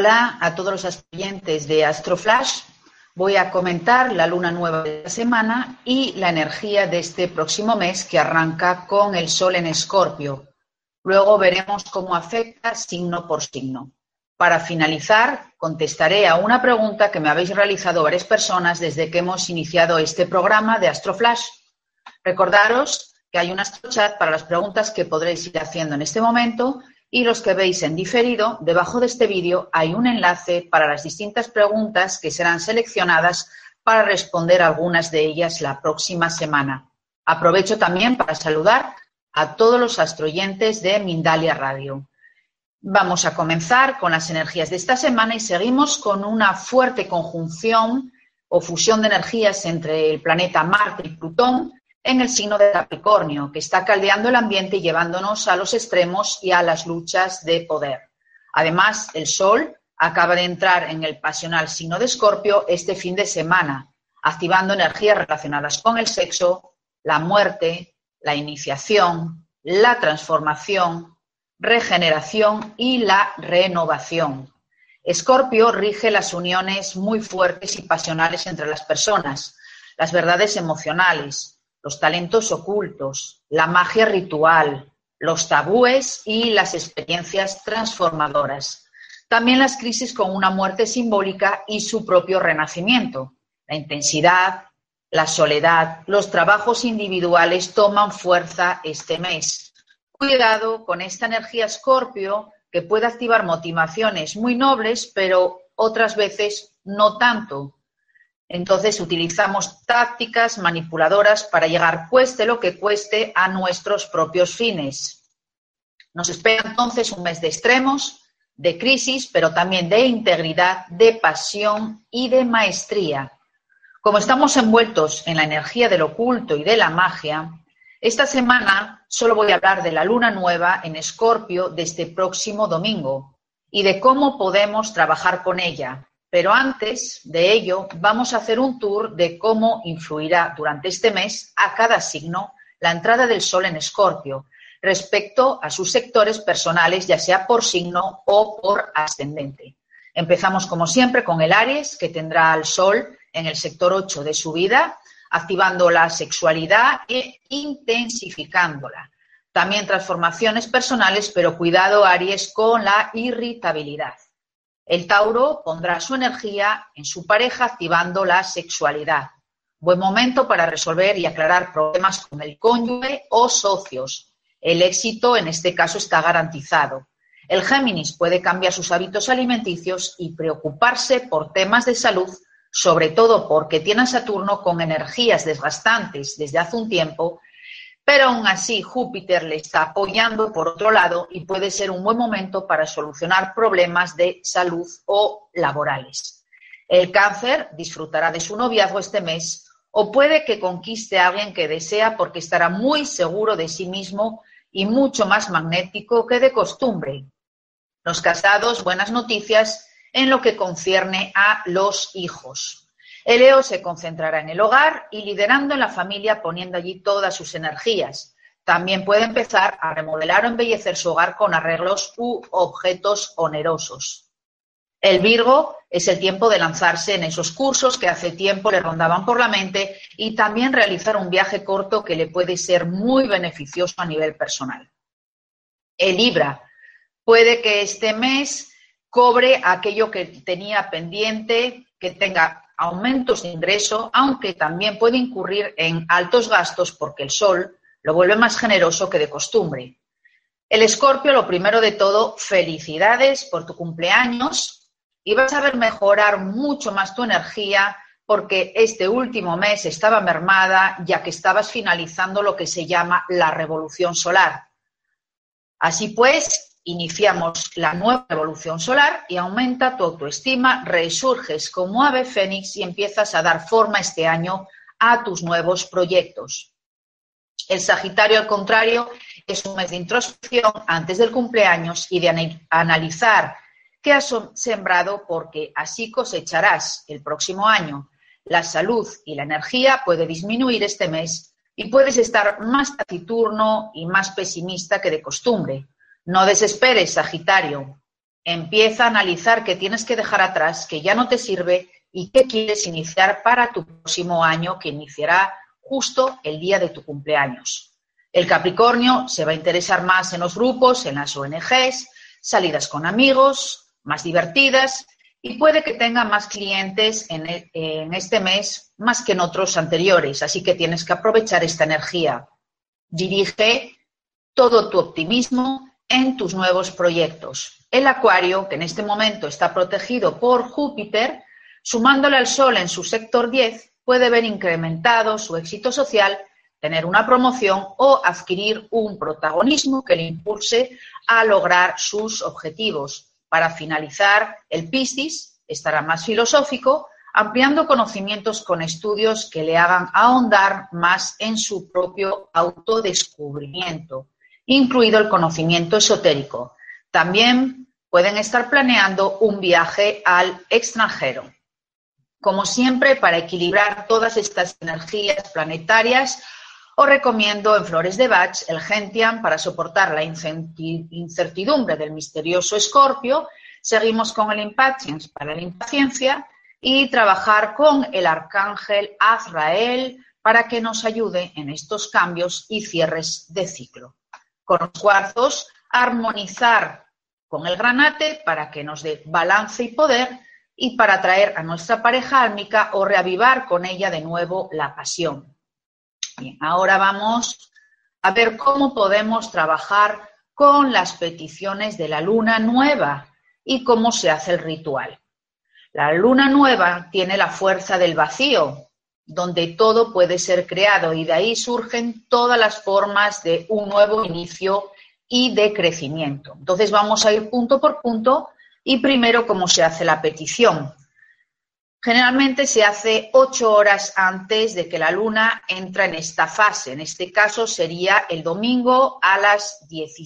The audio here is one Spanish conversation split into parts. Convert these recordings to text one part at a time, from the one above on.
Hola a todos los oyentes de Astroflash. Voy a comentar la luna nueva de la semana y la energía de este próximo mes que arranca con el Sol en Escorpio. Luego veremos cómo afecta signo por signo. Para finalizar, contestaré a una pregunta que me habéis realizado varias personas desde que hemos iniciado este programa de Astroflash. Recordaros que hay un astrochat para las preguntas que podréis ir haciendo en este momento. Y los que veis en diferido, debajo de este vídeo hay un enlace para las distintas preguntas que serán seleccionadas para responder algunas de ellas la próxima semana. Aprovecho también para saludar a todos los astroyentes de Mindalia Radio. Vamos a comenzar con las energías de esta semana y seguimos con una fuerte conjunción o fusión de energías entre el planeta Marte y Plutón en el signo de Capricornio, que está caldeando el ambiente y llevándonos a los extremos y a las luchas de poder. Además, el Sol acaba de entrar en el pasional signo de Escorpio este fin de semana, activando energías relacionadas con el sexo, la muerte, la iniciación, la transformación, regeneración y la renovación. Escorpio rige las uniones muy fuertes y pasionales entre las personas, las verdades emocionales, los talentos ocultos, la magia ritual, los tabúes y las experiencias transformadoras. También las crisis con una muerte simbólica y su propio renacimiento. La intensidad, la soledad, los trabajos individuales toman fuerza este mes. Cuidado con esta energía Escorpio que puede activar motivaciones muy nobles, pero otras veces no tanto. Entonces utilizamos tácticas manipuladoras para llegar, cueste lo que cueste, a nuestros propios fines. Nos espera entonces un mes de extremos, de crisis, pero también de integridad, de pasión y de maestría. Como estamos envueltos en la energía del oculto y de la magia, esta semana solo voy a hablar de la luna nueva en Escorpio de este próximo domingo y de cómo podemos trabajar con ella. Pero antes de ello, vamos a hacer un tour de cómo influirá durante este mes a cada signo la entrada del Sol en Escorpio respecto a sus sectores personales, ya sea por signo o por ascendente. Empezamos, como siempre, con el Aries, que tendrá al Sol en el sector 8 de su vida, activando la sexualidad e intensificándola. También transformaciones personales, pero cuidado, Aries, con la irritabilidad. El Tauro pondrá su energía en su pareja activando la sexualidad. Buen momento para resolver y aclarar problemas con el cónyuge o socios. El éxito en este caso está garantizado. El Géminis puede cambiar sus hábitos alimenticios y preocuparse por temas de salud, sobre todo porque tiene a Saturno con energías desgastantes desde hace un tiempo, pero aún así Júpiter le está apoyando por otro lado y puede ser un buen momento para solucionar problemas de salud o laborales. El Cáncer disfrutará de su noviazgo este mes o puede que conquiste a alguien que desea porque estará muy seguro de sí mismo y mucho más magnético que de costumbre. Los casados, buenas noticias en lo que concierne a los hijos. El Leo se concentrará en el hogar y liderando en la familia, poniendo allí todas sus energías. También puede empezar a remodelar o embellecer su hogar con arreglos u objetos onerosos. El Virgo es el tiempo de lanzarse en esos cursos que hace tiempo le rondaban por la mente y también realizar un viaje corto que le puede ser muy beneficioso a nivel personal. El Libra puede que este mes cobre aquello que tenía pendiente, que tenga aumentos de ingreso, aunque también puede incurrir en altos gastos porque el Sol lo vuelve más generoso que de costumbre. El Escorpio, lo primero de todo, felicidades por tu cumpleaños y vas a ver mejorar mucho más tu energía porque este último mes estaba mermada ya que estabas finalizando lo que se llama la revolución solar. Así pues, iniciamos la nueva revolución solar y aumenta tu autoestima, resurges como ave fénix y empiezas a dar forma este año a tus nuevos proyectos. El Sagitario, al contrario, es un mes de introspección antes del cumpleaños y de analizar qué has sembrado porque así cosecharás el próximo año. La salud y la energía puede disminuir este mes y puedes estar más taciturno y más pesimista que de costumbre. No desesperes, Sagitario. Empieza a analizar qué tienes que dejar atrás, que ya no te sirve y qué quieres iniciar para tu próximo año, que iniciará justo el día de tu cumpleaños. El Capricornio se va a interesar más en los grupos, en las ONGs, salidas con amigos, más divertidas, y puede que tenga más clientes en este mes más que en otros anteriores, así que tienes que aprovechar esta energía. Dirige todo tu optimismo en tus nuevos proyectos. El Acuario, que en este momento está protegido por Júpiter, sumándole al Sol en su sector 10, puede ver incrementado su éxito social, tener una promoción o adquirir un protagonismo que le impulse a lograr sus objetivos. Para finalizar, el Piscis estará más filosófico, ampliando conocimientos con estudios que le hagan ahondar más en su propio autodescubrimiento, incluido el conocimiento esotérico. También pueden estar planeando un viaje al extranjero. Como siempre, para equilibrar todas estas energías planetarias, os recomiendo en Flores de Bach el Gentian para soportar la incertidumbre del misterioso Escorpio. Seguimos con el Impatience para la impaciencia y trabajar con el Arcángel Azrael para que nos ayude en estos cambios y cierres de ciclo. Con los cuarzos, armonizar con el granate para que nos dé balance y poder y para atraer a nuestra pareja álmica o reavivar con ella de nuevo la pasión. Bien, ahora vamos a ver cómo podemos trabajar con las peticiones de la luna nueva y cómo se hace el ritual. La luna nueva tiene la fuerza del vacío, donde todo puede ser creado y de ahí surgen todas las formas de un nuevo inicio y de crecimiento. Entonces vamos a ir punto por punto y primero cómo se hace la petición. Generalmente se hace 8 horas antes de que la luna entra en esta fase. En este caso sería el domingo a las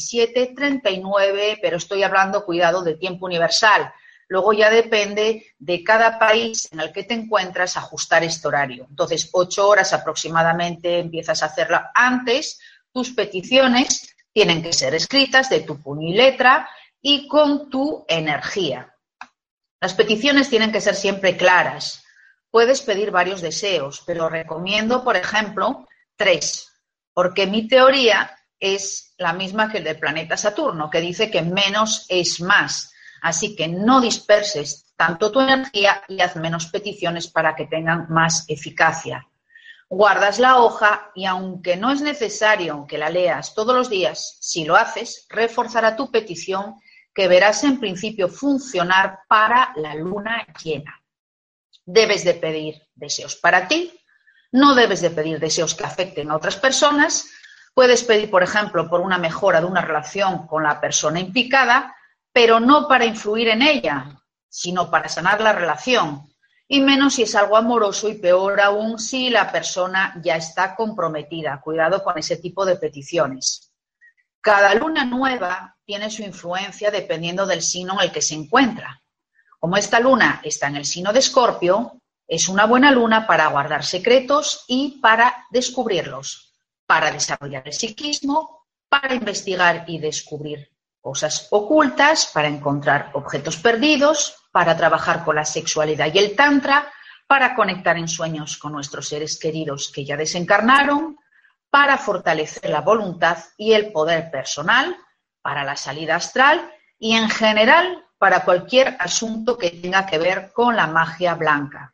17:39, pero estoy hablando, cuidado, de tiempo universal. Luego ya depende de cada país en el que te encuentras ajustar este horario. Entonces, 8 horas aproximadamente empiezas a hacerla antes. Tus peticiones tienen que ser escritas de tu puño y letra y con tu energía. Las peticiones tienen que ser siempre claras. Puedes pedir varios deseos, pero recomiendo, por ejemplo, 3, porque mi teoría es la misma que el del planeta Saturno, que dice que menos es más. Así que no disperses tanto tu energía y haz menos peticiones para que tengan más eficacia. Guardas la hoja y aunque no es necesario que la leas todos los días, si lo haces, reforzará tu petición que verás en principio funcionar para la luna llena. Debes de pedir deseos para ti, no debes de pedir deseos que afecten a otras personas. Puedes pedir, por ejemplo, por una mejora de una relación con la persona implicada, pero no para influir en ella, sino para sanar la relación, y menos si es algo amoroso y peor aún si la persona ya está comprometida. Cuidado con ese tipo de peticiones. Cada luna nueva tiene su influencia dependiendo del signo en el que se encuentra. Como esta luna está en el signo de Escorpio, es una buena luna para guardar secretos y para descubrirlos, para desarrollar el psiquismo, para investigar y descubrir cosas ocultas, para encontrar objetos perdidos, para trabajar con la sexualidad y el tantra, para conectar en sueños con nuestros seres queridos que ya desencarnaron, para fortalecer la voluntad y el poder personal, para la salida astral y en general para cualquier asunto que tenga que ver con la magia blanca.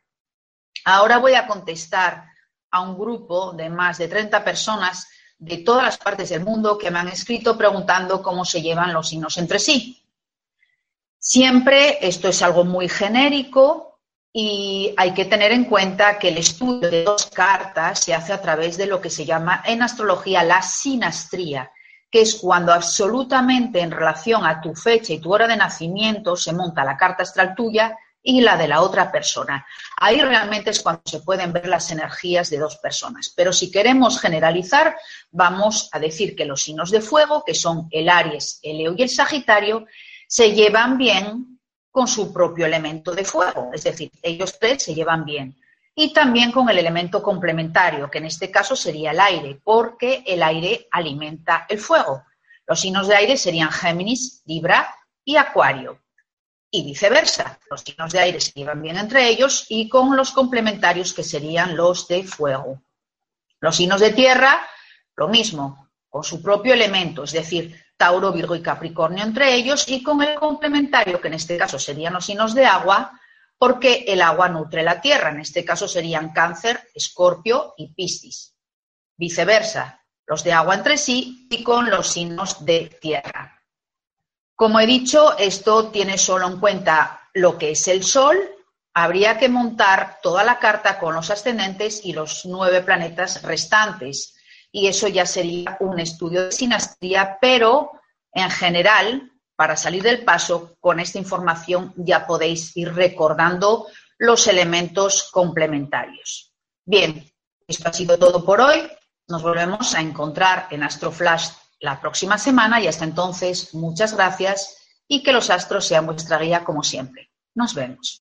Ahora voy a contestar a un grupo de más de 30 personas de todas las partes del mundo que me han escrito preguntando cómo se llevan los signos entre sí. Siempre esto es algo muy genérico y hay que tener en cuenta que el estudio de 2 cartas se hace a través de lo que se llama en astrología la sinastría, que es cuando absolutamente en relación a tu fecha y tu hora de nacimiento se monta la carta astral tuya y la de la otra persona. Ahí realmente es cuando se pueden ver las energías de 2 personas. Pero si queremos generalizar, vamos a decir que los signos de fuego, que son el Aries, el Leo y el Sagitario, se llevan bien con su propio elemento de fuego, es decir, ellos 3 se llevan bien. Y también con el elemento complementario, que en este caso sería el aire, porque el aire alimenta el fuego. Los signos de aire serían Géminis, Libra y Acuario. y viceversa. Los signos de aire se llevan bien entre ellos y con los complementarios que serían los de fuego. Los signos de tierra, lo mismo, con su propio elemento, es decir, Tauro, Virgo y Capricornio entre ellos y con el complementario, que en este caso serían los signos de agua, porque el agua nutre la tierra, en este caso serían Cáncer, Escorpio y Piscis. Viceversa, los de agua entre sí y con los signos de tierra. Como he dicho, esto tiene solo en cuenta lo que es el Sol. Habría que montar toda la carta con los ascendentes y los 9 planetas restantes. Y eso ya sería un estudio de sinastría, pero en general, para salir del paso, con esta información ya podéis ir recordando los elementos complementarios. Bien, esto ha sido todo por hoy. Nos volvemos a encontrar en Astroflash la próxima semana y hasta entonces, muchas gracias y que los astros sean vuestra guía como siempre. Nos vemos.